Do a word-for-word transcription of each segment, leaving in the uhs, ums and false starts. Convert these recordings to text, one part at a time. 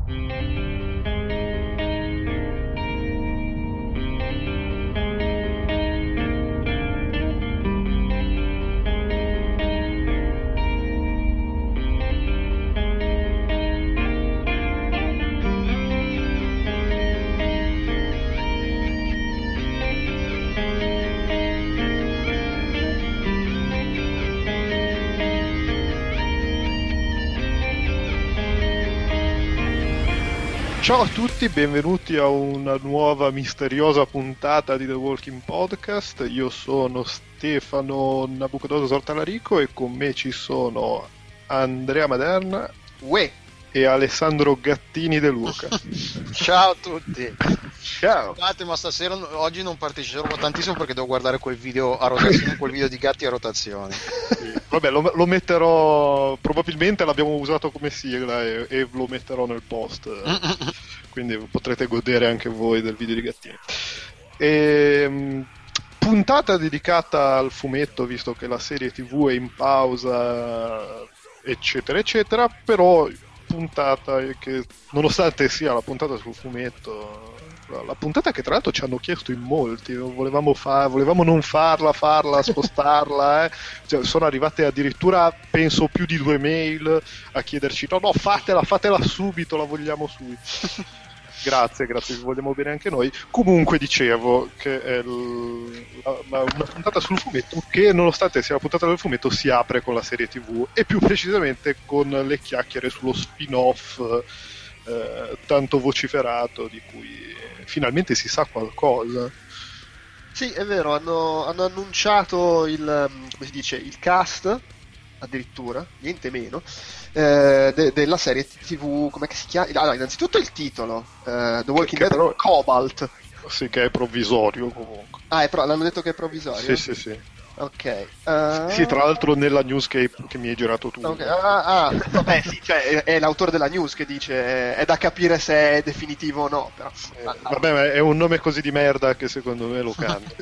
Ciao a tutti, benvenuti a una nuova misteriosa puntata di The Walking Podcast. Io sono Stefano Nabucodonosor Talarico e con me ci sono Andrea Maderna Uè. e Alessandro Gattini De Luca. Ciao a tutti. Ciao. Scusate, ma stasera oggi non parteciperò tantissimo perché devo guardare quel video a rotazione, quel video di gatti a rotazione. Sì. Vabbè, lo, lo metterò, probabilmente l'abbiamo usato come sigla e, e lo metterò nel post. Quindi potrete godere anche voi del video di Gattini. E, puntata dedicata al fumetto, visto che la serie tivù è in pausa, eccetera, eccetera, però puntata che, nonostante sia la puntata sul fumetto, la puntata che tra l'altro ci hanno chiesto in molti, volevamo, fa- volevamo non farla, farla, spostarla, eh. Cioè, sono arrivate addirittura, penso, più di due mail a chiederci no, no, fatela, fatela subito, la vogliamo subito. Grazie, grazie, vi vogliamo bene anche noi. Comunque dicevo che è l- la- la- una puntata sul fumetto che, nonostante sia la puntata del fumetto, si apre con la serie tivù e più precisamente con le chiacchiere sullo spin-off eh, tanto vociferato di cui finalmente si sa qualcosa. Sì, è vero, hanno, hanno annunciato il, come si dice, il cast, addirittura, niente meno, eh, de- della serie tivù, com'è che si chiama? Allora, innanzitutto il titolo, eh, The Walking Che Dead però- Cobalt. Sì, che è provvisorio comunque. Ah, è pro- l'hanno detto che è provvisorio? Sì, sì, sì. Ok. eh, Sì, tra l'altro nella news che, che mi hai girato tu. ok, Ah, ah, vabbè, sì, cioè, è, è l'autore della news che dice, è da capire se è definitivo o no, però. Eh, vabbè, ma è un nome così di merda che secondo me lo cambia.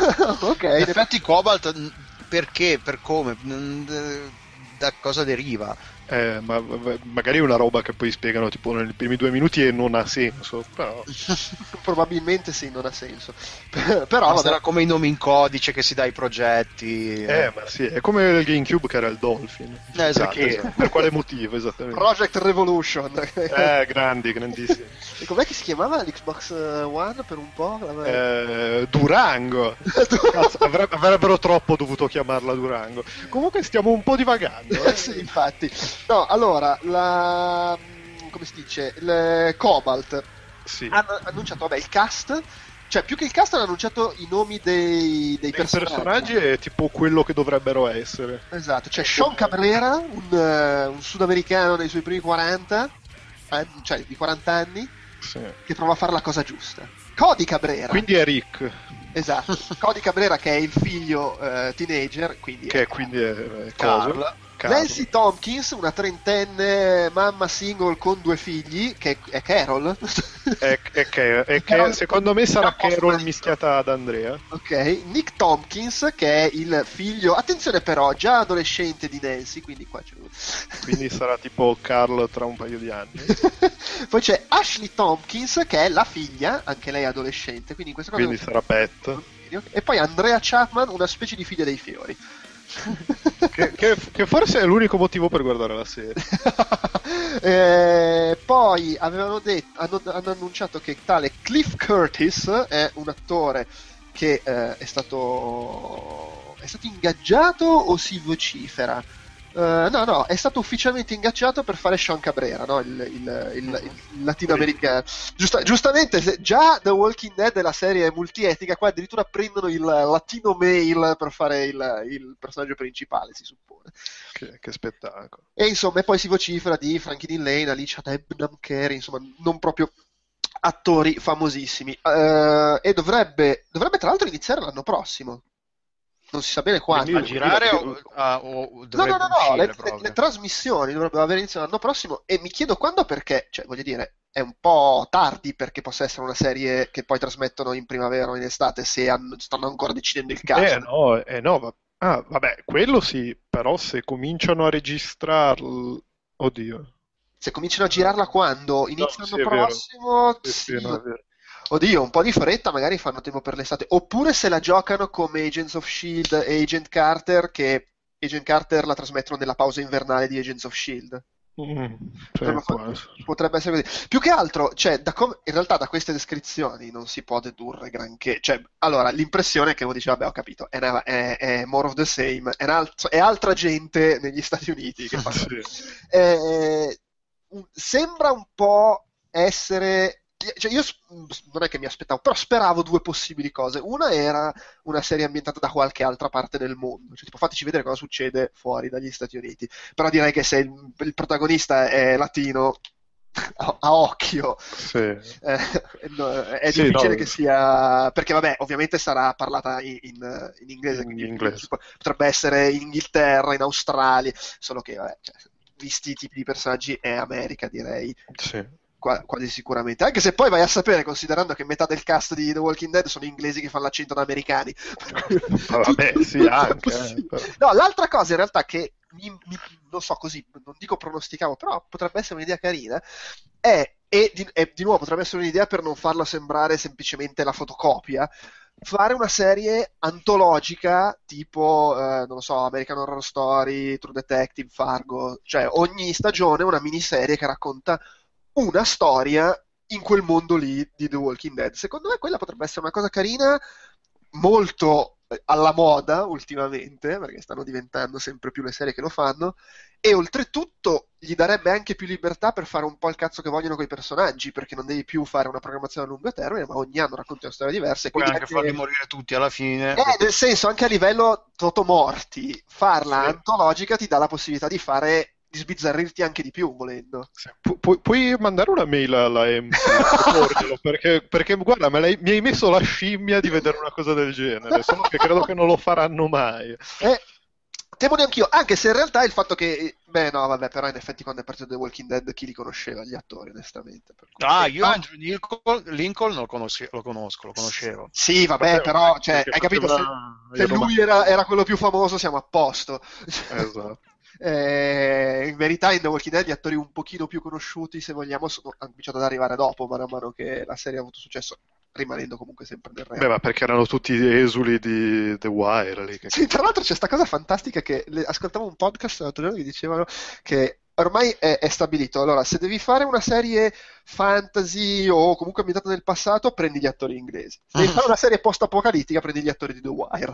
Ok. In effetti Cobalt, n- perché, per come, n- d- da cosa deriva? Eh, ma ma- magari è una roba che poi spiegano tipo nei primi due minuti e non ha senso, però... Probabilmente sì, non ha senso. Però, Ma vabbè. sarà come i nomi in codice che si dà ai progetti. Eh, ma sì, è come il GameCube che era il Dolphin. Eh, esatto, Perché? esatto. Per quale motivo esattamente? Project Revolution. Eh, grandi, grandissimi. E com'è che si chiamava l'Xbox One per un po'? Eh, Durango. Cazzo, avre- avrebbero troppo dovuto chiamarla Durango. Comunque stiamo un po' divagando. eh. Sì, infatti. No, allora, la... come si dice? Il Cobalt. Sì. Hanno annunciato, vabbè, il cast. Cioè, più che il cast hanno annunciato i nomi dei, dei I personaggi. personaggi è tipo quello che dovrebbero essere. Esatto, c'è Sean Cabrera, un, eh, un sudamericano dei suoi primi quaranta, eh, cioè di quaranta anni, Sì. che prova a fare la cosa giusta. Cody Cabrera. Quindi è Rick, Esatto, Cody Cabrera che è il figlio eh, teenager, quindi che è quindi è, è Carl. cosa? Carl. Nancy Tompkins, una trentenne mamma single con due figli, che è Carol. È, è che, è che secondo me sarà Carol mischiata ad Andrea. Ok, Nick Tompkins che è il figlio, attenzione però, già adolescente di Nancy, quindi qua c'è... Quindi sarà tipo Carl tra un paio di anni. Poi c'è Ashley Tompkins che è la figlia, anche lei adolescente, quindi in questo caso... Quindi sarà Pet. E poi Andrea Chapman, una specie di figlia dei fiori. Che, che, che forse è l'unico motivo per guardare la serie. eh, poi avevano detto, hanno, hanno annunciato che tale Cliff Curtis è un attore che eh, è stato è stato ingaggiato o si vocifera? Uh, no, no, è stato ufficialmente ingaggiato per fare Sean Cabrera, no? il, il, il, il latinoamericano. Giusta, giustamente, se già The Walking Dead è la serie multietnica, qua addirittura prendono il latino male per fare il, il personaggio principale, si suppone. Che, che spettacolo. E insomma, e poi si vocifera di Frankie Dean Lane, Alicia Debnam Carey, insomma, non proprio attori famosissimi. Uh, e dovrebbe, dovrebbe tra l'altro iniziare l'anno prossimo. Non si sa bene quando. A girare o, a, o dovrebbe no, no, no, no, uscire le, proprio? le, le trasmissioni dovrebbero avere inizio l'anno prossimo e mi chiedo quando perché, cioè voglio dire, è un po' tardi perché possa essere una serie che poi trasmettono in primavera o in estate se hanno, stanno ancora decidendo il caso. Eh no, eh no, va- ah, vabbè, quello sì, però se cominciano a registrarlo... Oddio. Se cominciano a girarla quando? Inizio No, sì, l'anno è vero. prossimo? Sì, sì, Sì. no, è vero. Oddio, un po' di fretta, magari fanno tempo per l'estate. Oppure se la giocano come Agents of Shield e Agent Carter, che Agent Carter la trasmettono nella pausa invernale di Agents of Shield. Mm, Potrebbe, sì, fa- può essere. potrebbe essere così. Più che altro, cioè, da com- in realtà da queste descrizioni non si può dedurre granché. Cioè, allora, l'impressione è che uno dice, vabbè, ho capito, è, una- è- è more of the same, è, un alt- è altra gente negli Stati Uniti che fa. Sì. Eh, un- sembra un po' essere... Cioè io s- non è che mi aspettavo, però speravo due possibili cose. Una era una serie ambientata da qualche altra parte del mondo, cioè tipo fateci vedere cosa succede fuori dagli Stati Uniti. Però direi che se il, il protagonista è latino, a, a occhio, Sì. eh, no, è Sì, difficile no. che sia... Perché vabbè, ovviamente sarà parlata in, in- in inglese, In quindi inglese. potrebbe essere in Inghilterra, in Australia, solo che vabbè, cioè, visti i tipi di personaggi è America, direi. Sì. Qua- quasi sicuramente, anche se poi vai a sapere, considerando che metà del cast di The Walking Dead sono inglesi che fanno l'accento da americani. Ah, vabbè, Tutto- sì, tutto è anche, possibile. eh, però. No, l'altra cosa in realtà che mi, mi- non so così, non dico pronosticavo, però potrebbe essere un'idea carina, è, e di, e di nuovo potrebbe essere un'idea per non farla sembrare semplicemente la fotocopia, fare una serie antologica tipo, eh, non lo so, American Horror Story, True Detective, Fargo, cioè ogni stagione una miniserie che racconta una storia in quel mondo lì di The Walking Dead. Secondo me quella potrebbe essere una cosa carina, molto eh, alla moda ultimamente, perché stanno diventando sempre più le serie che lo fanno, e oltretutto gli darebbe anche più libertà per fare un po' il cazzo che vogliono coi personaggi, perché non devi più fare una programmazione a lungo termine, ma ogni anno racconti una storia diversa. E Puoi quindi anche anche- farli morire tutti alla fine. eh, nel senso, anche a livello totomorti, farla Sì. antologica ti dà la possibilità di fare, di sbizzarrirti anche di più, volendo. Sì. Pu- pu- puoi mandare una mail alla M P proporglielo, perché, perché guarda, me l'hai- mi hai messo la scimmia di vedere una cosa del genere, solo che credo che non lo faranno mai. Eh, temo neanch'io, anche se in realtà il fatto che... Beh, no, vabbè, però in effetti quando è partito The Walking Dead chi li conosceva, gli attori, onestamente. per cui- Ah, io No, Andrew Lincoln, Lincoln lo, conosce- lo conosco, lo conoscevo. sì, vabbè, Vabbè, però, cioè, perché hai capito, se, faceva se il lui romanzo. era, era quello più famoso siamo a posto. Esatto. Eh, in verità in The Walking Dead gli attori un pochino più conosciuti, se vogliamo, sono, hanno cominciato ad arrivare dopo, mano a mano che la serie ha avuto successo, rimanendo comunque sempre nel Beh, reale. ma perché erano tutti esuli di The Wire lì. Che... Sì, tra l'altro c'è sta cosa fantastica che le- ascoltavo un podcast l'altro giorno che dicevano che ormai è, è stabilito. Allora, se devi fare una serie fantasy o comunque ambientata nel passato, prendi gli attori inglesi. Se devi fare una serie post-apocalittica, prendi gli attori di The Wire.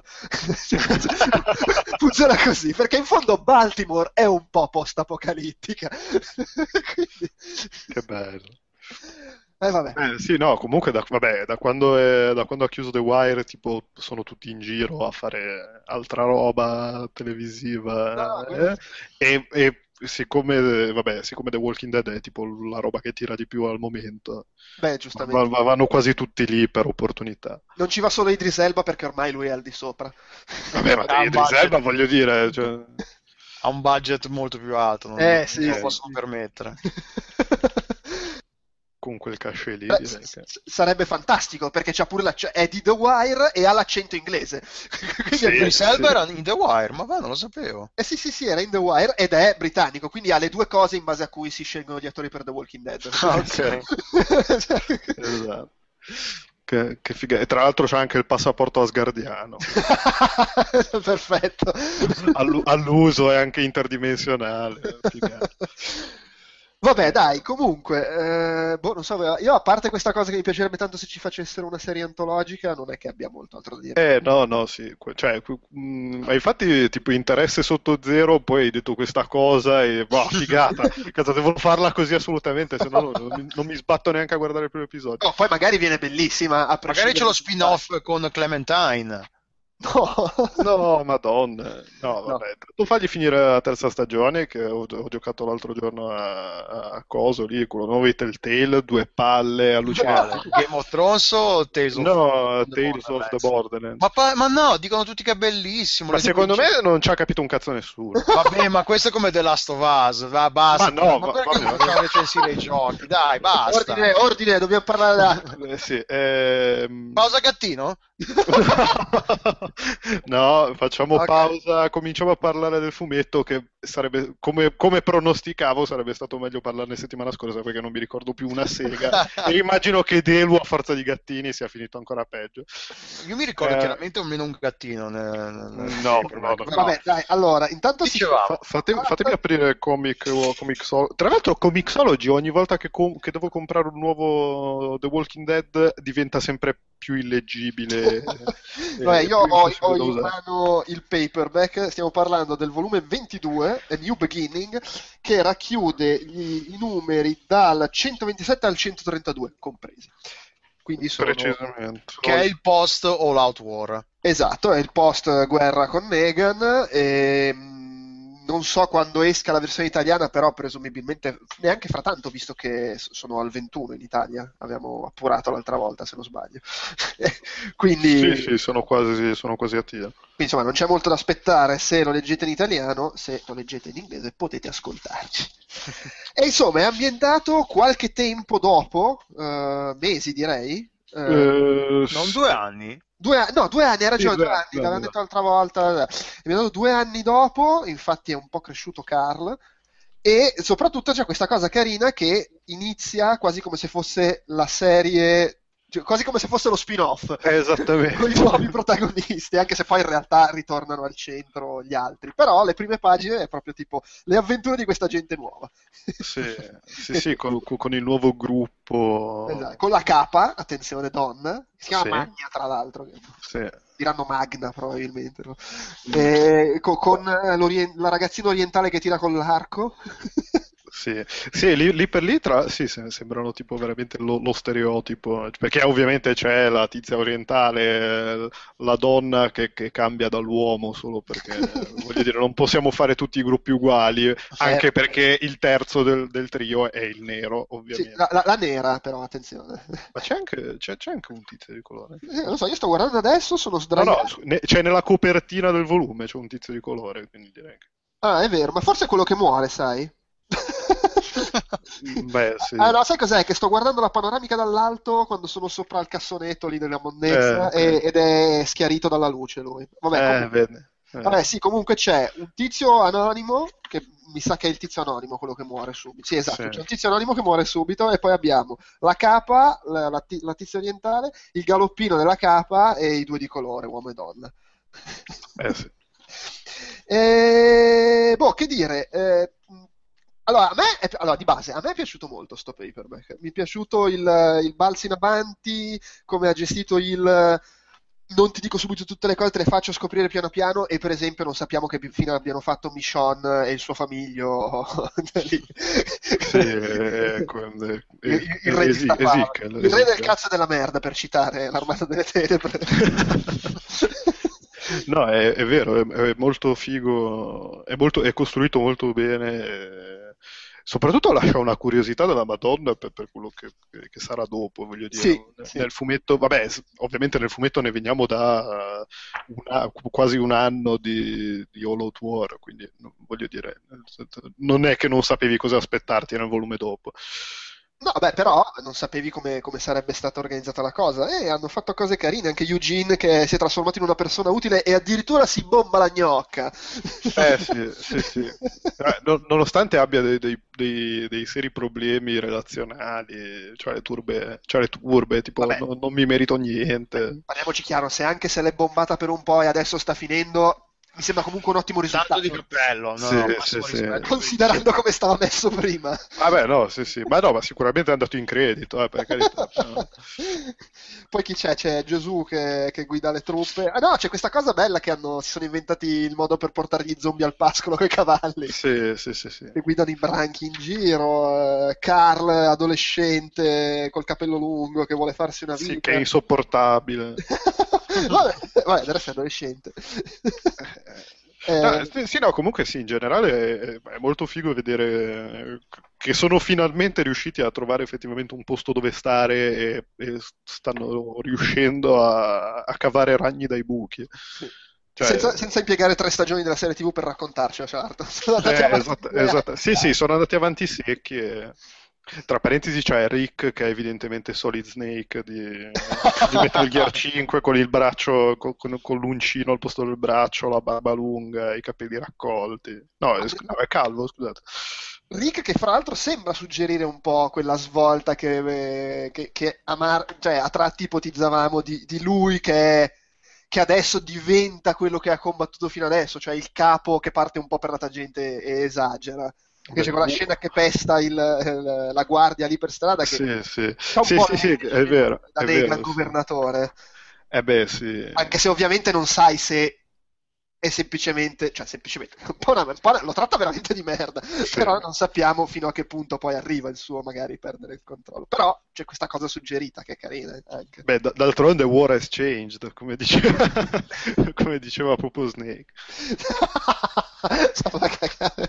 Funziona così, perché in fondo Baltimore è un po' post-apocalittica. Quindi... Che bello. Eh, vabbè. Eh, sì, no, comunque da, vabbè, da quando, è- da quando ha chiuso The Wire, tipo, sono tutti in giro a fare altra roba televisiva. No, eh, quello- e, e siccome, vabbè, siccome The Walking Dead è tipo la roba che tira di più al momento, Beh, va- giustamente. va- vanno quasi tutti lì per opportunità. Non ci va solo Idris Elba perché ormai lui è al di sopra. Vabbè, ma Ha un Idris budget. Elba, voglio dire, cioè, Ha un budget molto più alto, non, Eh, non sì, se lo sì, possono sì. permettere. con quel cachet lì, Beh, direi s- che... s- sarebbe fantastico perché c'ha pure l'acc- è di The Wire e ha l'accento inglese. Quindi Sì, è- Idris sì. Elba era in The Wire, ma va, non lo sapevo. eh sì, sì, sì, era in The Wire ed è britannico, quindi ha le due cose in base a cui si scelgono gli attori per The Walking Dead. Ah, ok. Esatto. Che, che figa. E tra l'altro c'è anche il passaporto asgardiano. Perfetto. Allu- all'uso è anche interdimensionale. Figata. Vabbè, dai, comunque, eh, boh, non so, io a parte questa cosa che mi piacerebbe tanto se ci facessero una serie antologica, non è che abbia molto altro da dire. Eh, no, no, sì. Que- Cioè, que- mh, ma infatti, tipo, interesse sotto zero, poi hai detto questa cosa e, boh, figata. Cazzo, devo farla così assolutamente, se no non, non mi, non mi sbatto neanche a guardare il primo episodio. No, poi magari viene bellissima, a Magari c'è lo prescindere- spin-off con Clementine. No. No, madonna. No, vabbè. Tu fagli finire la terza stagione, che ho, ho giocato l'altro giorno a, a Coso lì, quello nuovo di Telltale, due palle allucinanti. Game of Thrones o Tales of No, the Tales of the Borderlands? Borderlands. Ma, pa- ma no, dicono tutti che è bellissimo. Ma le secondo dico- me non ci ha capito un cazzo nessuno. Vabbè, ma questo è come The Last of Us. Va, basta. Ma no, ma ma- perché vabbè, facciamo recensire i giochi? Dai, basta. Ordine, ordine, dobbiamo parlare da... Eh, sì, ehm... Pausa gattino? No, facciamo Ok. pausa, cominciamo a parlare del fumetto che sarebbe, come, come pronosticavo, sarebbe stato meglio parlarne settimana scorsa perché non mi ricordo più una sega e immagino che Delu a forza di gattini sia finito ancora peggio. Io mi ricordo Eh, chiaramente almeno un gattino nel, nel no, paperback, no, no. però Vabbè, dai, allora, intanto si dicevamo, Fa- fate- fatemi aprire comic o Comixology. Tra l'altro, Comixology ogni volta che, com- che devo comprare un nuovo The Walking Dead diventa sempre più illeggibile Vabbè, e io più ho, impossibile ho da in usare. mano il paperback, stiamo parlando del volume ventidue, A New Beginning, che racchiude gli- i numeri dal centoventisette al centotrentadue compresi. Quindi sono... Precisamente. che è il post All Out War. Esatto, è il post guerra con Negan e mh, non so quando esca la versione italiana, però presumibilmente neanche fra tanto, visto che s- sono al ventuno in Italia, abbiamo appurato l'altra volta se non sbaglio. Sì, Quindi, sì, sono quasi, sono quasi attivo. quindi, insomma, non c'è molto da aspettare se lo leggete in italiano, se lo leggete in inglese potete ascoltarci. E insomma, è ambientato qualche tempo dopo, eh, mesi direi. eh, Eh, Non sì, due anni? Due anni, no, due anni, hai sì, ragione, due due anni, anni, due l'avevamo anni, detto due l'altra volta. È venuto due anni dopo, infatti è un po' cresciuto Carl, e soprattutto c'è questa cosa carina che inizia quasi come se fosse la serie, cioè, quasi come se fosse lo spin-off, anni. con i Esattamente. nuovi protagonisti, anche se poi in realtà ritornano al centro gli altri. Però le prime pagine è proprio tipo le avventure di questa gente nuova. Sì, sì, sì, con, con il nuovo gruppo. Esatto, con la capa, attenzione donna, si chiama Sì, Magna tra l'altro, che- sì. diranno Magna probabilmente, no? E co- con eh, l'orien- la ragazzina orientale che tira con l'arco. Sì, sì, lì, lì per lì tra, sì, se- sembrano tipo veramente lo, lo stereotipo, perché ovviamente c'è la tizia orientale, eh, la donna che, che cambia dall'uomo solo perché, voglio dire, non possiamo fare tutti i gruppi uguali, Eh, anche perché il terzo del, del trio è il nero, sì, la, ovviamente. la- la nera però, attenzione. Ma c'è anche, c'è, c'è anche un tizio di colore. Eh, non so, io sto guardando adesso, sono No, no, sdraiato. su- ne- c'è nella copertina del volume, c'è un tizio di colore, quindi direi che... Ah, è vero, ma forse è quello che muore, sai? Mm, beh, sì. Ah, no, sai cos'è? Che sto guardando la panoramica dall'alto quando sono sopra il cassonetto lì della Eh, monnezza ok. e- ed è schiarito dalla luce lui. Vabbè, Eh, comunque, vedi. Eh, vabbè, sì, comunque c'è un tizio anonimo, che mi sa che è il tizio anonimo quello che muore subito. Sì, sì. esatto, c'è un tizio anonimo che muore subito e poi abbiamo la capa, la, la ti- la tizia orientale, il galoppino della capa e i due di colore, uomo e donna. Eh, sì. E, boh, che dire, eh, allora, a me è, allora, di base, a me è piaciuto molto sto paperback. Mi è piaciuto il, il balzo in avanti, come ha gestito il non ti dico subito tutte le cose, te le faccio scoprire piano piano e per esempio non sappiamo che fine abbiano fatto Michonne e il suo famiglio lì. Sì, eh, con- eh, il, eh, il- il re di Esi- Star Power. Ezekiel, Il re del Ezekiel. cazzo e della merda, per citare l'Armata delle Tenebre. No, è, è vero, è, è molto figo, è, molto, è costruito molto bene, eh, soprattutto lascia una curiosità della Madonna per, per quello che, che- che sarà dopo, voglio dire. Sì, Nel, sì. nel fumetto, vabbè, s- ovviamente nel fumetto ne veniamo da eh, una- quasi un anno di, di All Out War, quindi no, voglio dire, nel senso, non è che non sapevi cosa aspettarti nel volume dopo. No, beh, però non sapevi come, come sarebbe stata organizzata la cosa. E hanno fatto cose carine, anche Eugene che si è trasformato in una persona utile e addirittura si bomba la gnocca. Eh sì, sì, sì. Eh, no- nonostante abbia dei, dei- dei- dei seri problemi relazionali, cioè le turbe, cioè le turbe, tipo Vabbè, no- non mi merito niente. parliamoci chiaro, se anche se l'è bombata per un po' e adesso sta finendo, mi sembra comunque un ottimo Tanto di risultato, cappello, no, Sì, no, sì, massimo sì. rispetto. considerando come stava messo prima. Vabbè, no, sì, sì. Ma no, ma sicuramente è andato in credito, eh, per carità. No. Poi chi c'è? C'è Gesù che, che guida le truppe. Ah no, c'è questa cosa bella che hanno, si sono inventati il modo per portare gli zombie al pascolo con i cavalli. Sì, sì, sì, sì. Che guidano i branchi in giro, eh, Carl adolescente col capello lungo che vuole farsi una Sì, vita. che è insopportabile. vabbè, vabbè, adesso è adolescente. No, Eh, sì, sì, no, comunque sì, in generale è, è molto figo vedere eh, che sono finalmente riusciti a trovare effettivamente un posto dove stare e, e stanno riuscendo a, a cavare ragni dai buchi. sì. Cioè, senza, senza impiegare tre stagioni della serie T V per raccontarcelo, certo. Sono andati eh, avanti esatto, due anni. esatto. Sì, sì, sono andati avanti secchi e, Tra parentesi c'è Rick che è evidentemente Solid Snake di, di Metal Gear cinque con il braccio, con, con- con l'uncino al posto del braccio, la barba lunga, i capelli raccolti. No, è, no, è calvo, scusate. Rick che fra l'altro sembra suggerire un po' quella svolta che, eh, che- che a, Mar- cioè, a tratti ipotizzavamo di, di lui che, che adesso diventa quello che ha combattuto fino adesso, cioè il capo che parte un po' per la tangente e esagera. Perché c'è Beh, quella uh, scena che pesta il- il- la guardia lì per strada che sì, sì, c'ha un sì, po' sì, sì, l'engine è vero, da è Negan vero, sì. governatore. Eh beh, sì. Anche se ovviamente non sai se è semplicemente, cioè semplicemente, un po' una- un po' una- lo tratta veramente di merda, Sì. però non sappiamo fino a che punto poi arriva il suo magari perdere il controllo. Però c'è questa cosa suggerita che è carina anche. Beh, d- d'altronde war has changed, come diceva, come diceva proprio Snake. Stavo da cagare.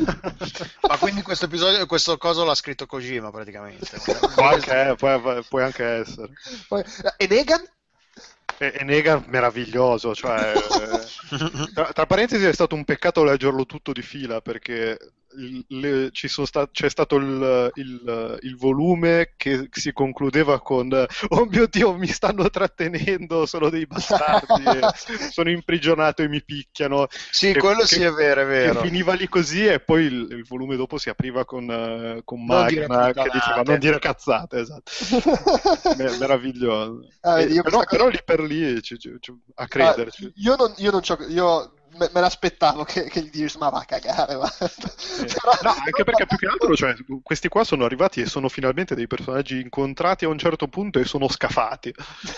Ma quindi questo episodio, questo coso l'ha scritto Kojima praticamente. Può anche, può- può anche essere. Poi- e Negan? E, e Negan meraviglioso, cioè, eh, tra, tra parentesi è stato un peccato leggerlo tutto di fila perché il- le- ci sono sta- c'è stato il, il- il volume che si concludeva con oh mio Dio mi stanno trattenendo, sono dei bastardi, e sono imprigionato e mi picchiano. Sì, Che- quello che- sì è vero, è che vero. finiva lì così e poi il, il volume dopo si apriva con, eh, con Non dire Magna che puttanate. diceva non dire cazzate, esatto. Me- meraviglioso. Ah, vedi, Eh, io però, questa cosa- però lì per lì ci- ci- ci- a crederci. Ah, io non, io non c'ho, io me, me l'aspettavo che, che gli Gears ma va a cagare, basta. Però- No, anche perché più che altro, cioè, questi qua sono arrivati e sono finalmente dei personaggi incontrati a un certo punto e sono scafati.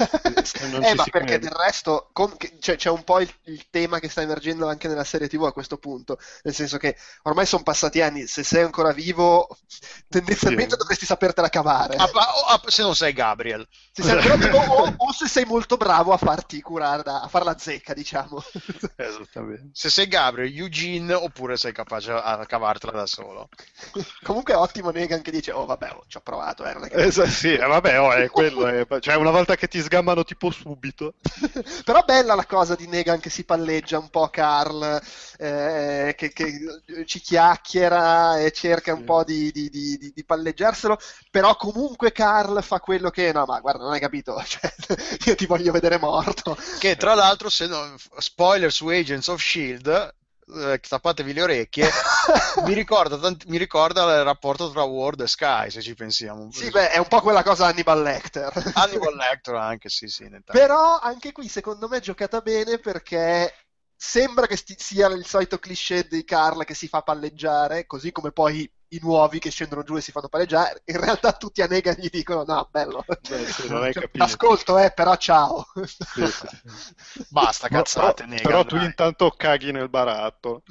E non eh, ci ma si perché crede. del resto com- che- cioè, c'è un po' il, il tema che sta emergendo anche nella serie tivù a questo punto, nel senso che ormai sono passati anni, se sei ancora vivo tendenzialmente Sì. dovresti sapertela cavare. Ah, ah, oh, ah, se non sei Gabriel. Se sei ancora vivo, o, o se sei molto bravo a farti curare, da- a far la zecca, diciamo. Esattamente. Se sei Gabriel, Eugene, oppure sei capace a cavartela da solo. Comunque è ottimo Negan che dice, oh vabbè, oh, ci ho provato, eh, non è che... Eh, sì, eh, vabbè, oh, è quello. È- cioè, una volta che ti sgammano tipo subito. Però bella la cosa di Negan che si palleggia un po' Carl, eh, che, che ci chiacchiera e cerca un Sì. po' di, di- di- di- di palleggiarselo, però comunque Carl fa quello che, no ma guarda, non hai capito, cioè, io ti voglio vedere morto. Che tra l'altro, se no, spoiler su Agents of Shield, eh, tappatevi le orecchie, mi ricorda, tant- mi ricorda il rapporto tra Ward e Sky, se ci pensiamo. Sì, beh, è un po' quella cosa Hannibal Lecter. Hannibal Lecter anche, sì, sì. nettamente. Però anche qui secondo me è giocata bene perché sembra che sti- sia il solito cliché di Carl che si fa palleggiare, così come poi i nuovi che scendono giù e si fanno palleggiare. In realtà tutti a Negan gli dicono no, bello. Beh, sì, non hai Cioè, capito. ascolto, eh, però ciao. Sì, sì, sì. Basta, No, cazzate, però, Negan, però tu dai. intanto caghi nel baratto.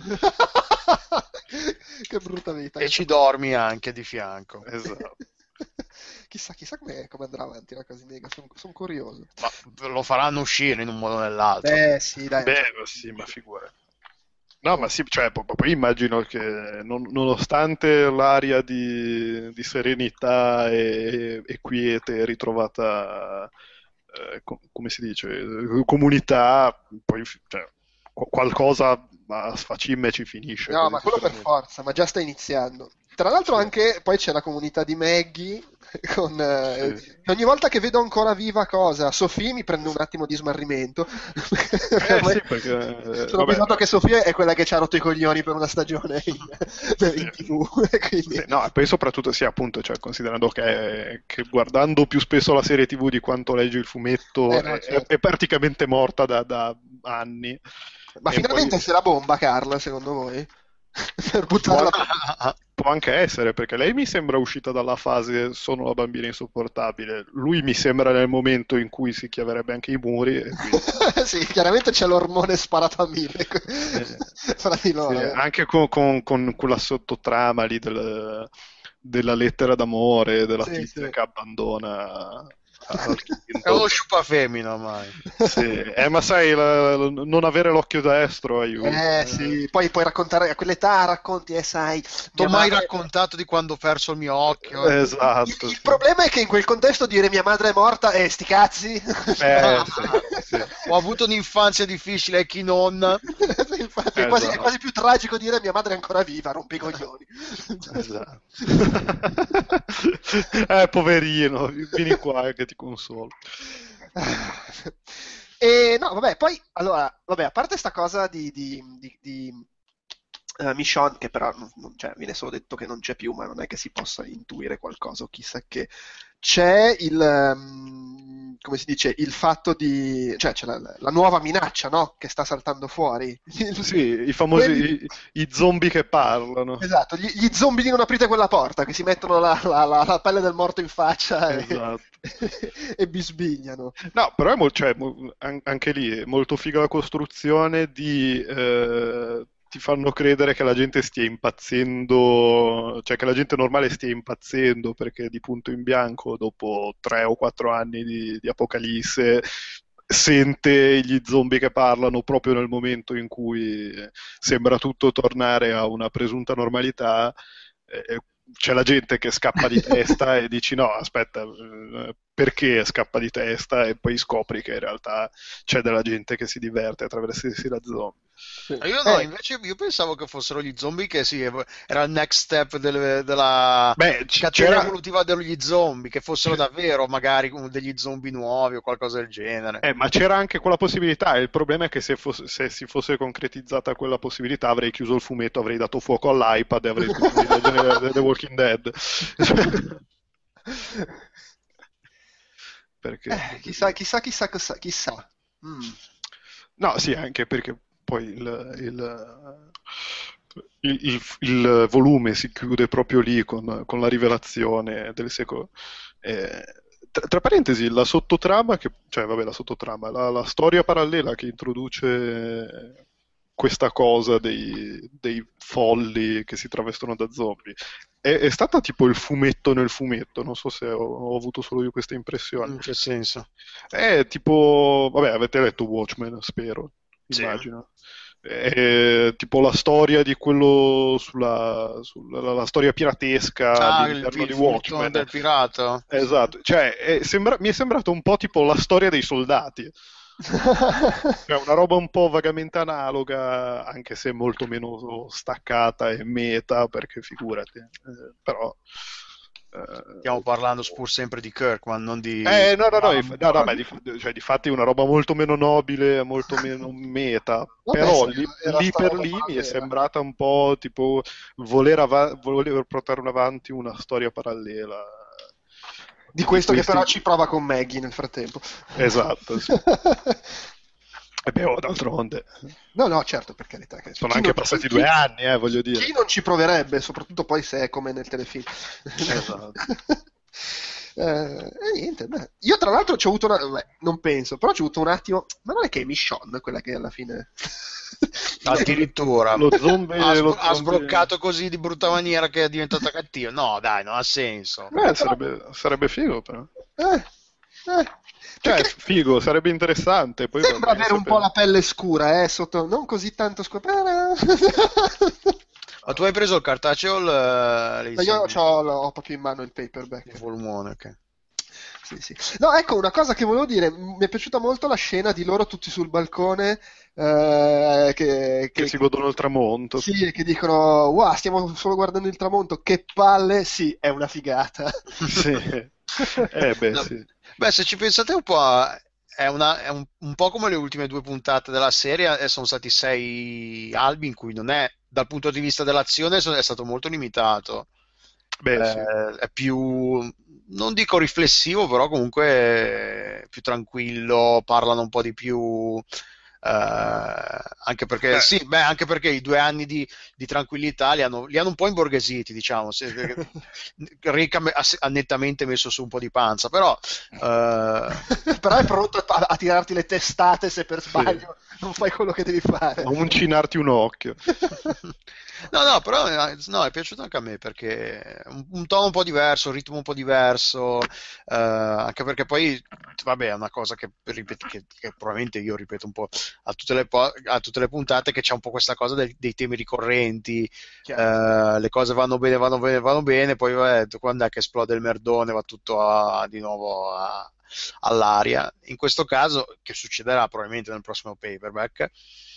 Che brutta vita. E ci dormi anche di fianco. Esatto. Chissà, chissà come, come andrà avanti la cosa di Negan, sono curioso. Ma lo faranno uscire in un modo o nell'altro. Beh, sì, dai. Beh, ma sì, ma figurati. No, ma sì, cioè, po- poi immagino che non- nonostante l'aria di, di serenità e, e quiete ritrovata, eh, co- come si dice, eh, comunità, poi cioè, qu- qualcosa a sfacime ci finisce. No, quasi ma quello per sicuramente. forza, ma già sta iniziando. Tra l'altro anche poi c'è la comunità di Maggie con eh, Sì. che ogni volta che vedo ancora viva cosa, Sophie mi prende un attimo di smarrimento. Eh Ormai sì, perché eh, sono vabbè, noto che Sofia è quella che ci ha rotto i coglioni per una stagione in, in tivù. Quindi... sì, no, e poi soprattutto sì, appunto, cioè, considerando che, che guardando più spesso la serie tivù di quanto leggi il fumetto, Eh, no, è, certo. è praticamente morta da, da anni. Ma E finalmente poi- se la bomba, Carla, secondo voi? Per buttarla... Può anche essere, perché lei mi sembra uscita dalla fase sono la bambina insopportabile. Lui mi sembra nel momento in cui si chiaverebbe anche i muri. E quindi, Sì, chiaramente c'è l'ormone sparato a mille fra di loro. sì, eh. anche con, con- con quella sottotrama lì del- della lettera d'amore della Sì, tizia sì. che abbandona al È uno sciupa femmina ormai. Sì. Eh, ma sai, la, la, non avere l'occhio destro aiuta. Eh sì, poi puoi raccontare a quell'età, racconti, e eh, sai. T'ho mia mai madre- raccontato di quando ho perso il mio occhio? eh? Esatto. Il, il sì. problema è che in quel contesto dire mia madre è morta e sti cazzi. Eh, sì, sì. Ho avuto un'infanzia difficile e chi non. Sì, infatti, è, quasi, è Esatto. quasi più tragico dire mia madre è ancora viva, rompi i coglioni. Esatto. Eh, poverino, vieni qua che ti consolo. E no, vabbè, poi allora, vabbè, a parte sta cosa di, di, di, di eh, Michonne, che però non- non- cioè, viene solo detto che non c'è più, ma non è che si possa intuire qualcosa o chissà che. C'è il, ehm, come si dice, il fatto di, cioè c'è la, la nuova minaccia, no? Che sta saltando fuori. Sì, i famosi Quelli- i, i zombie che parlano. Esatto, gli, gli zombie di non aprite quella porta, che si mettono la, la- la- la pelle del morto in faccia e, Esatto. e bisbigliano. No, però è mol- cioè, mo- an- anche lì è molto figa la costruzione di eh, ti fanno credere che la gente stia impazzendo, cioè che la gente normale stia impazzendo perché di punto in bianco dopo tre o quattro anni di, di apocalisse sente gli zombie che parlano proprio nel momento in cui eh, sembra tutto tornare a una presunta normalità. eh, C'è la gente che scappa di testa e dici no, aspetta, eh, perché scappa di testa? E poi scopri che in realtà c'è della gente che si diverte a travessarsi da zombie. Io no, Eh, invece io pensavo che fossero gli zombie che sì, era il next step del- della Beh, c- catena c'era, evolutiva degli zombie, che fossero c'è- davvero magari un- degli zombie nuovi o qualcosa del genere. eh, ma c'era anche quella possibilità. Il problema è che se, fosse- se si fosse concretizzata quella possibilità avrei chiuso il fumetto, avrei dato fuoco all'iPad e avrei smesso di leggere The Walking Dead. Perché eh, chissà, chissà, chissà, chissà, chissà. Mm. no, sì, anche perché poi il, il- il- il- il volume si chiude proprio lì con, con la rivelazione del secolo. Eh, tra, tra parentesi, la sottotrama, che, cioè, vabbè, la sottotrama, la, la storia parallela che introduce questa cosa dei, dei folli che si travestono da zombie è, è stata tipo il fumetto nel fumetto, non so se ho, ho avuto solo io questa impressione. In che senso? È tipo, vabbè, avete letto Watchmen, spero, Sì. immagino. È tipo la storia di quello sulla, sulla la, la storia piratesca Ah, il, all'interno il di fumettone Watchmen. del pirata? Esatto, cioè è- sembra- mi è sembrato un po' tipo la storia dei soldati. Cioè, una roba un po' vagamente analoga, anche se molto meno staccata e meta, perché figurati. Eh, però... eh, Stiamo parlando pur sempre di Kirkman, non di... eh, no, no, no, Ah, inf- no, no, ma di, cioè, di fatti è una roba molto meno nobile, molto meno meta, Vabbè, però sì, lì, era lì sta per roba lì mi è parallela. sembrata un po' tipo voler, ava- voler portare avanti una storia parallela. Di questo che questi- però ci prova con Maggie nel frattempo. Esatto, sì. E beh, oh, d'altronde, No, no, certo, per carità. Che sono chi anche non- passati chi- due anni, eh, voglio dire. Chi non ci proverebbe, soprattutto poi se è come nel telefilm. Esatto. Eh, e niente, beh. Io tra l'altro ci ho avuto una... beh, non penso, però ci ho avuto un attimo... Ma non è che è Michonne quella che alla fine... Addirittura Lo zombie, ha, lo sbro- ha zombie- sbroccato così di brutta maniera che è diventata cattiva. No, dai, non ha senso. Beh, sarebbe, sarebbe figo, però. Eh, eh. Cioè, Perché figo, sarebbe interessante. Poi sembra vabbè, avere un sapere- po' la pelle scura, eh, sotto... non così tanto scura. Ma tu hai preso il cartaceo o il, Ma io l'edizione? c'ho- ho proprio in mano il paperback. Il volumone, ok. Sì, sì. No, ecco, una cosa che volevo dire, m- mi è piaciuta molto la scena di loro tutti sul balcone eh, che, che che- si godono il tramonto. sì, che dicono, wow, stiamo solo guardando il tramonto, che palle, sì, è una figata. Sì. Eh beh, No. sì. Beh, se ci pensate un po', è, una- è un, un po' come le ultime due puntate della serie, e sono stati sei albi in cui non è, dal punto di vista dell'azione, so- è stato molto limitato. Beh, sì. Eh, è più, non dico riflessivo, però comunque è più tranquillo, parlano un po' di più. eh, anche perché, Eh. sì, beh, anche perché i due anni di, di tranquillità li hanno, li hanno un po' imborghesiti, diciamo. Se- Rick ha, me- ha se- ha nettamente messo su un po' di panza, però eh, Però è pronto a, a tirarti le testate se per sbaglio non fai quello che devi fare. A uncinarti un occhio. No, no, però eh, no, è piaciuto anche a me perché è un, un tono un po' diverso, un ritmo un po' diverso, eh, anche perché poi, vabbè, è una cosa che, ripet- che- che probabilmente io ripeto un po' a tutte le, po- a tutte le puntate, che c'è un po' questa cosa del- dei temi ricorrenti, Chiaro. eh, le cose vanno bene, vanno bene, vanno bene, poi vabbè, quando è che esplode il merdone, va tutto a- di nuovo a- all'aria. In questo caso, che succederà probabilmente nel prossimo paperback,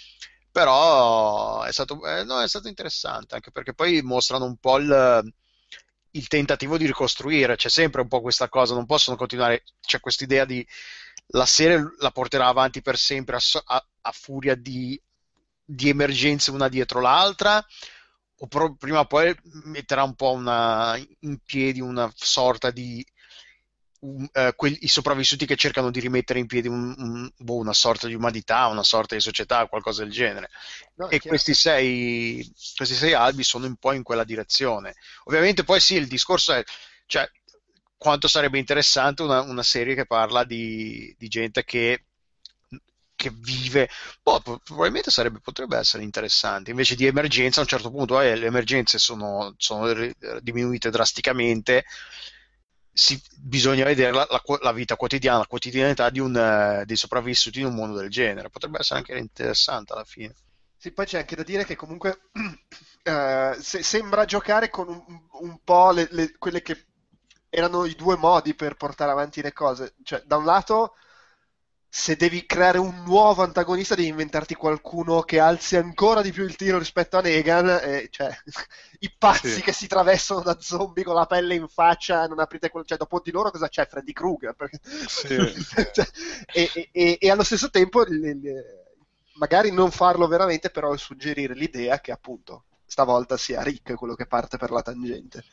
però è stato, eh, no, è stato interessante, anche perché poi mostrano un po' il, il tentativo di ricostruire. C'è sempre un po' questa cosa, non possono continuare, c'è questa idea di la serie la porterà avanti per sempre a, so- a- a furia di, di emergenze una dietro l'altra, o pro- prima o poi metterà un po' una, in piedi una sorta di un- eh, quel- i sopravvissuti che cercano di rimettere in piedi un- un- boh, una sorta di umanità, una sorta di società, qualcosa del genere. No, è E chiaro. questi sei, questi sei albi sono un po' in quella direzione. Ovviamente poi sì, il discorso è, cioè, quanto sarebbe interessante una, una serie che parla di, di gente che, che vive, boh, po- probabilmente sarebbe, potrebbe essere interessante. Invece di emergenza, a un certo punto eh, le emergenze sono, sono ri- diminuite drasticamente. Si- bisogna vedere la, la- la vita quotidiana, la quotidianità di un, eh, dei sopravvissuti in un mondo del genere. Potrebbe essere anche interessante alla fine. Sì, poi c'è anche da dire che comunque eh, se- sembra giocare con un, un po' le- le- quelle che erano i due modi per portare avanti le cose. Cioè, da un lato, se devi creare un nuovo antagonista, devi inventarti qualcuno che alzi ancora di più il tiro rispetto a Negan. E, cioè, i pazzi Sì. che si travestono da zombie con la pelle in faccia, non aprite quel... Cioè, dopo di loro cosa c'è? Freddy Krueger. Perché... Sì. Cioè, e, e- e- e allo stesso tempo, le- le- magari non farlo veramente, però suggerire l'idea che appunto stavolta sia Rick quello che parte per la tangente.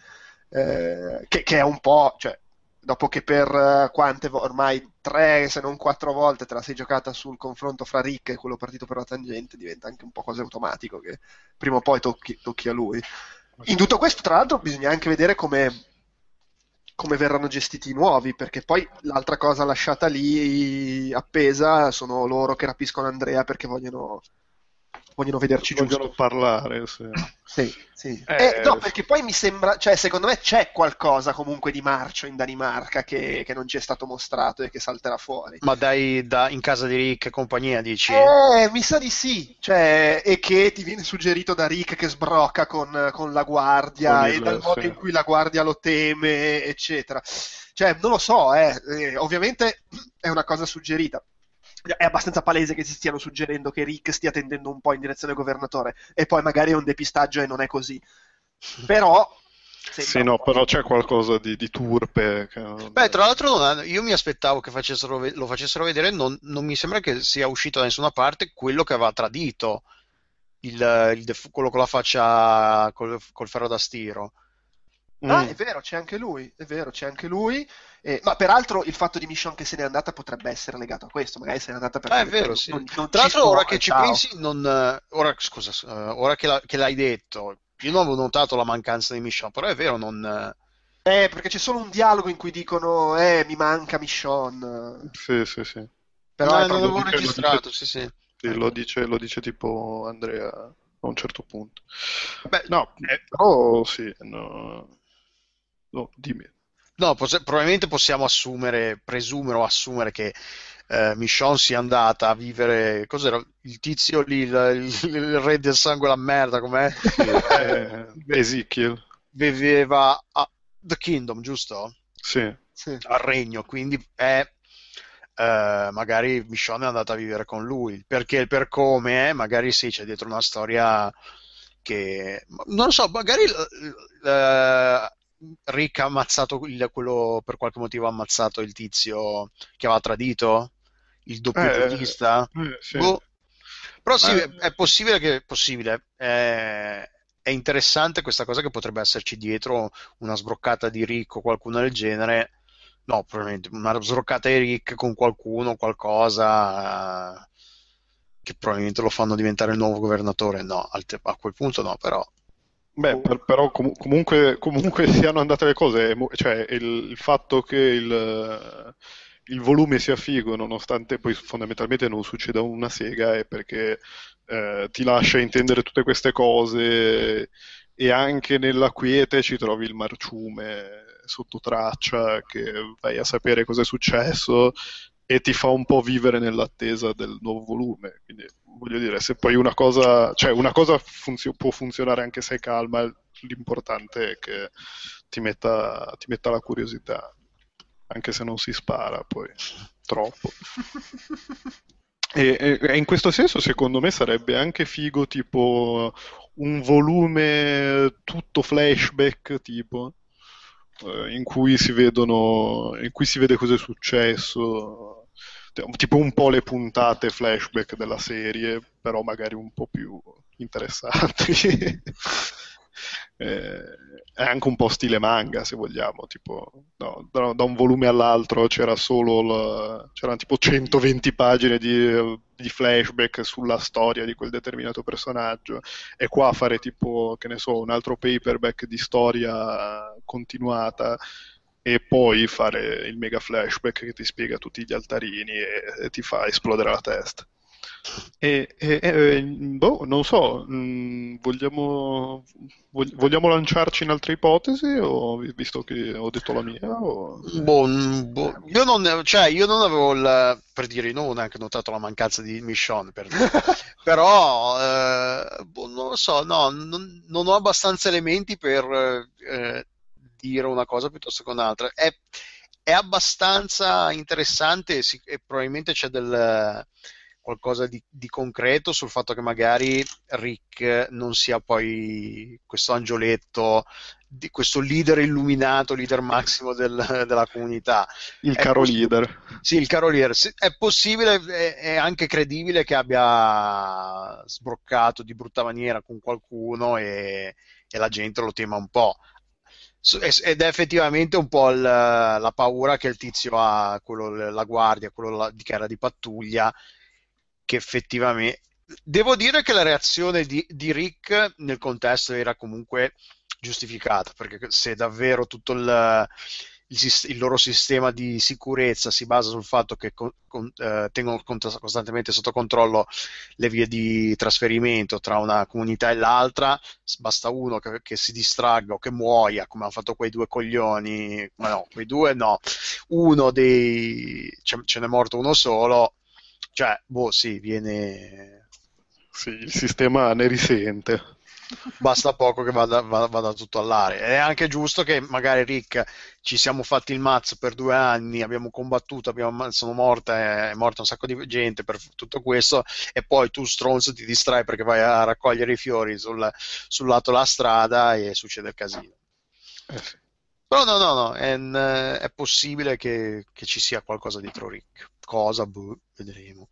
Eh, che, che è un po', cioè, dopo che per eh, quante vo- ormai tre se non quattro volte te la sei giocata sul confronto fra Rick e quello partito per la tangente, diventa anche un po' quasi automatico che prima o poi tocchi, tocchi a lui. In tutto questo, tra l'altro, bisogna anche vedere come, come verranno gestiti i nuovi, perché poi l'altra cosa lasciata lì appesa sono loro che rapiscono Andrea perché vogliono, vogliono vederci Vogliono giusto. parlare, sì. Sì, sì. Eh, Eh, no, perché poi mi sembra, cioè, secondo me c'è qualcosa comunque di marcio in Danimarca che, che non ci è stato mostrato e che salterà fuori. Ma dai, da, in casa di Rick e compagnia, dici? Eh, mi sa di sì, cioè, e che ti viene suggerito da Rick che sbrocca con, con la guardia Con e il- dal modo sì. in cui la guardia lo teme, eccetera. Cioè, non lo so, eh, eh, ovviamente è una cosa suggerita. È abbastanza palese che si stiano suggerendo che Rick stia tendendo un po' in direzione governatore e poi magari è un depistaggio e non è così. Però sembra Sì, un no, po'. però c'è qualcosa di, di turpe. Che... Beh, tra l'altro non hanno- io mi aspettavo che facessero, ve- lo facessero vedere, non, non mi sembra che sia uscito da nessuna parte quello che aveva tradito il, il def- quello con la faccia col, col ferro da stiro. Ah, Mm. è vero, c'è anche lui, è vero, c'è anche lui. Eh, ma peraltro il fatto di Michonne che se n'è andata potrebbe essere legato a questo, magari se n'è andata perché Ah, è vero, sì. non, non Tra ci l'altro, sono ora che e ci ciao. pensi, non, eh, ora, scusa, eh, ora che, la- che l'hai detto, io non avevo notato la mancanza di Michonne, però è vero, non... eh, Eh, perché c'è solo un dialogo in cui dicono, eh, mi manca Michonne. Sì, sì, sì. Però no, è non proprio... Lo avevo dice, lo registrato, dice- sì, sì. sì, lo dice, lo dice tipo Andrea a un certo punto. Beh, No, eh, però sì, no, no, dimmi. no, pos- probabilmente possiamo assumere, presumere o assumere che eh, Michonne sia andata a vivere. Cos'era il tizio lì, il, il- il re del sangue e la merda, com'è? Sì, Eh, eh, Ezekiel, viveva a The Kingdom, giusto? sì. Sì. Al regno, quindi è. eh, magari Michonne è andata a vivere con lui. Il perché e il per come, eh, magari sì, c'è dietro una storia che. Non lo so, magari eh, Rick ha ammazzato il- quello, per qualche motivo ha ammazzato il tizio che aveva tradito, il doppio Eh, giudista. eh, sì. Boh. Però sì, Ma- è è possibile che. Possibile. È, è interessante questa cosa che potrebbe esserci dietro una sbroccata di Rick o qualcuno del genere. No, probabilmente una sbroccata di Rick con qualcuno, qualcosa eh, che probabilmente lo fanno diventare il nuovo governatore. No, al te- a quel punto no, però. Beh, per- però com- comunque, comunque siano andate le cose, è mo- cioè il, il fatto che il, il volume sia figo, nonostante poi fondamentalmente non succeda una sega, è perché eh, ti lascia intendere tutte queste cose e anche nella quiete ci trovi il marciume sotto traccia che vai a sapere cosa è successo e ti fa un po' vivere nell'attesa del nuovo volume. Quindi voglio dire, se poi una cosa, cioè una cosa funzio- può funzionare anche se è calma, l'importante è che ti metta, ti metta la curiosità, anche se non si spara poi troppo. E, e- e in questo senso, secondo me, sarebbe anche figo, tipo un volume tutto flashback, tipo, eh, in cui si vedono, in cui si vede cosa è successo, tipo un po' le puntate flashback della serie, però magari un po' più interessanti. Eh, è anche un po' stile manga, se vogliamo, tipo no, da, da un volume all'altro c'era solo la- c'erano tipo centoventi pagine di, di flashback sulla storia di quel determinato personaggio, e qua fare tipo, che ne so, un altro paperback di storia continuata e poi fare il mega flashback che ti spiega tutti gli altarini e, e ti fa esplodere la testa. E, e- e- boh, non so, mh, vogliamo, vog- vogliamo lanciarci in altre ipotesi, o vi- visto che ho detto la mia? O... Boh, mm, boh, io non, cioè, io non avevo il, per dire, non ho neanche notato la mancanza di Michonne, per dire. Però, eh, boh, non lo so, no, non, non ho abbastanza elementi per eh, dire una cosa piuttosto che un'altra. È, è abbastanza interessante e, si- e probabilmente c'è del qualcosa di, di concreto sul fatto che magari Rick non sia poi questo angioletto, di questo leader illuminato, leader massimo del- della comunità. Il È caro poss- leader. sì, il caro leader. Sì, è possibile, è, è anche credibile che abbia sbroccato di brutta maniera con qualcuno e, e la gente lo tema un po'. S- Ed è effettivamente un po' il- la paura che il tizio ha, quello, la guardia, quello là di- che era di pattuglia, che effettivamente... Devo dire che la reazione di, di Rick nel contesto era comunque giustificata, perché se davvero tutto il, il sis- il loro sistema di sicurezza si basa sul fatto che con- con- eh, tengono cont- costantemente sotto controllo le vie di trasferimento tra una comunità e l'altra, s- basta uno che, che si distragga o che muoia, come hanno fatto quei due coglioni, ma no, quei due no, uno dei... ce, ce n'è morto uno solo, cioè, boh, sì, viene... Sì, il sistema ne risente. Basta poco che vada, vada- vada tutto all'aria. È anche giusto che magari Rick ci siamo fatti il mazzo per due anni, abbiamo combattuto, abbiamo, sono morte, è morta un sacco di gente per tutto questo, e poi tu stronzo ti distrai perché vai a raccogliere i fiori sul, sul lato della strada e succede il casino. Eh sì. Però no, no, no, è, è possibile che, che ci sia qualcosa dietro Rick. Cosa? Boh, vedremo.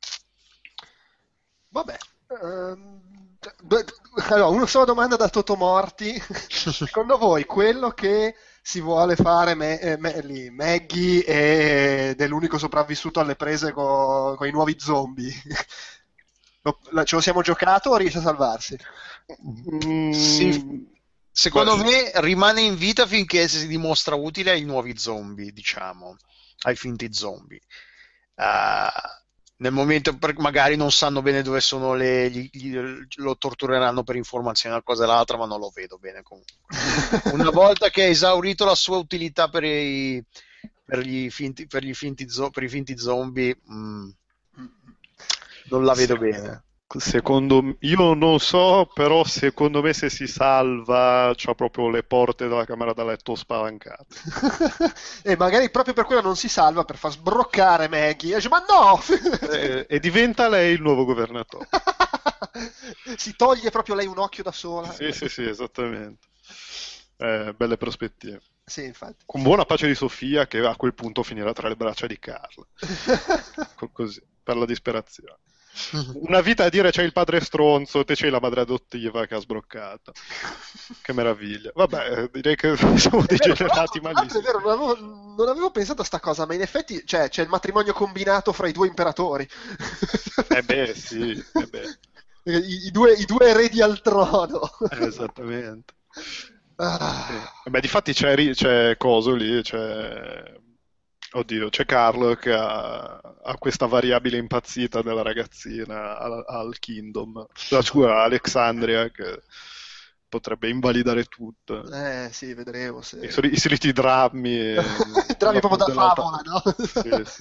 Vabbè. ehm, beh, allora, una sola domanda da Totomorti. Secondo voi quello che si vuole fare me- eh, me- lì, Maggie ed è l'unico sopravvissuto alle prese con i nuovi zombie? Lo- la- ce lo siamo giocato o riesce a salvarsi? Sì, Mm, secondo beh, me rimane in vita finché si dimostra utile ai nuovi zombie, diciamo, ai finti zombie. Ah, nel momento per magari non sanno bene dove sono le, gli- gli- lo tortureranno per informazioni una cosa e l'altra, ma non lo vedo bene comunque. Una volta che ha esaurito la sua utilità per i, per gli finti, per gli finti zo- per i finti zombie, mm, non la vedo se- bene. secondo m- io non so, però secondo me se si salva c'ha proprio le porte della camera da letto spalancate. E magari proprio per quello non si salva, per far sbroccare Maggie. E dice, ma no! E, e diventa lei il nuovo governatore. Si toglie proprio lei un occhio da sola. Sì, sì, sì, esattamente. Eh, belle prospettive. Sì, infatti. Con buona pace di Sofia, che a quel punto finirà tra le braccia di Carla. Co- Così, per la disperazione. Una vita a dire c'è il padre stronzo, te c'hai la madre adottiva che ha sbroccato. Che meraviglia. Vabbè, direi che siamo È vero, degenerati però, tra l'altro malissimo. è vero, non avevo, non avevo pensato a sta cosa, ma in effetti cioè, c'è il matrimonio combinato fra i due imperatori. Eh beh, sì, eh beh, I, i due, i due eredi al trono. eh, esattamente. Sì. Ah, Beh, difatti c'è, ri- c'è coso lì, c'è Oddio, c'è Carl che ha, ha questa variabile impazzita della ragazzina al, al Kingdom, la sua Alexandria, che potrebbe invalidare tutto. Eh sì, vedremo se... I, soli- i soliti drammi. e- Drammi proprio da dell'alta- favola, no? Sì, sì.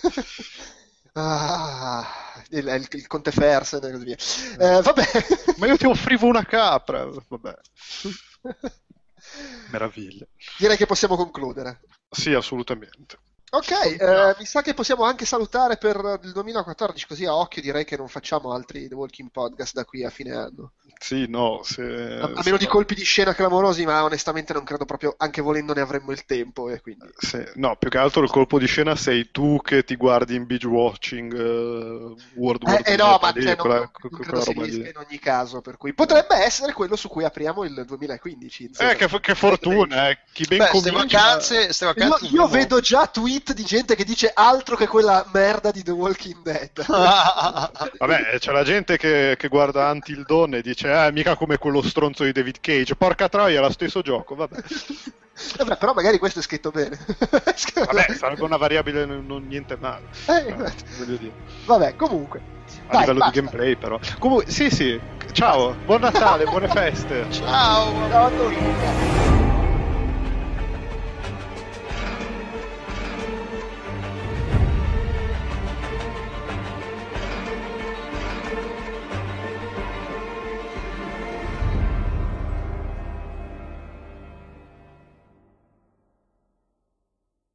Ah, il, il, il Conte Fersen e così via. Eh, vabbè. Ma io ti offrivo una capra. Vabbè, meraviglia. Direi che possiamo concludere. Sì, assolutamente. Ok, eh, mi sa che possiamo anche salutare per il duemilaquattordici, così a occhio direi che non facciamo altri The Walking Podcast da qui a fine anno. Sì, no, se, A, a se meno di no- colpi di scena clamorosi, ma onestamente non credo proprio, anche volendo ne avremmo il tempo e quindi... se- no, più che altro il colpo di scena sei tu che ti guardi in binge watching uh, World War Eh, eh no, ma lì, cioè, non, quella, non- que- non quella credo si roba lì. riesca in ogni caso, per cui potrebbe essere quello su cui apriamo il duemilaquindici. insomma. Eh, che, che fortuna, eh. Chi ben Beh, ste comincia... vacanze, ste Io, vacanze io dobbiamo- vedo già tweet di gente che dice altro che quella merda di The Walking Dead. Vabbè, c'è la gente che, che guarda Until Dawn e dice eh, mica come quello stronzo di David Cage. Porca troia, è lo stesso gioco, vabbè. Vabbè, però magari questo è scritto bene. Vabbè, sarebbe una variabile non, non niente male. Eh, No, voglio dire. Vabbè, comunque. A Dai, livello basta. di gameplay, però. Comunque, sì, sì. Ciao, buon Natale, buone feste. Ciao! Ciao a tutti.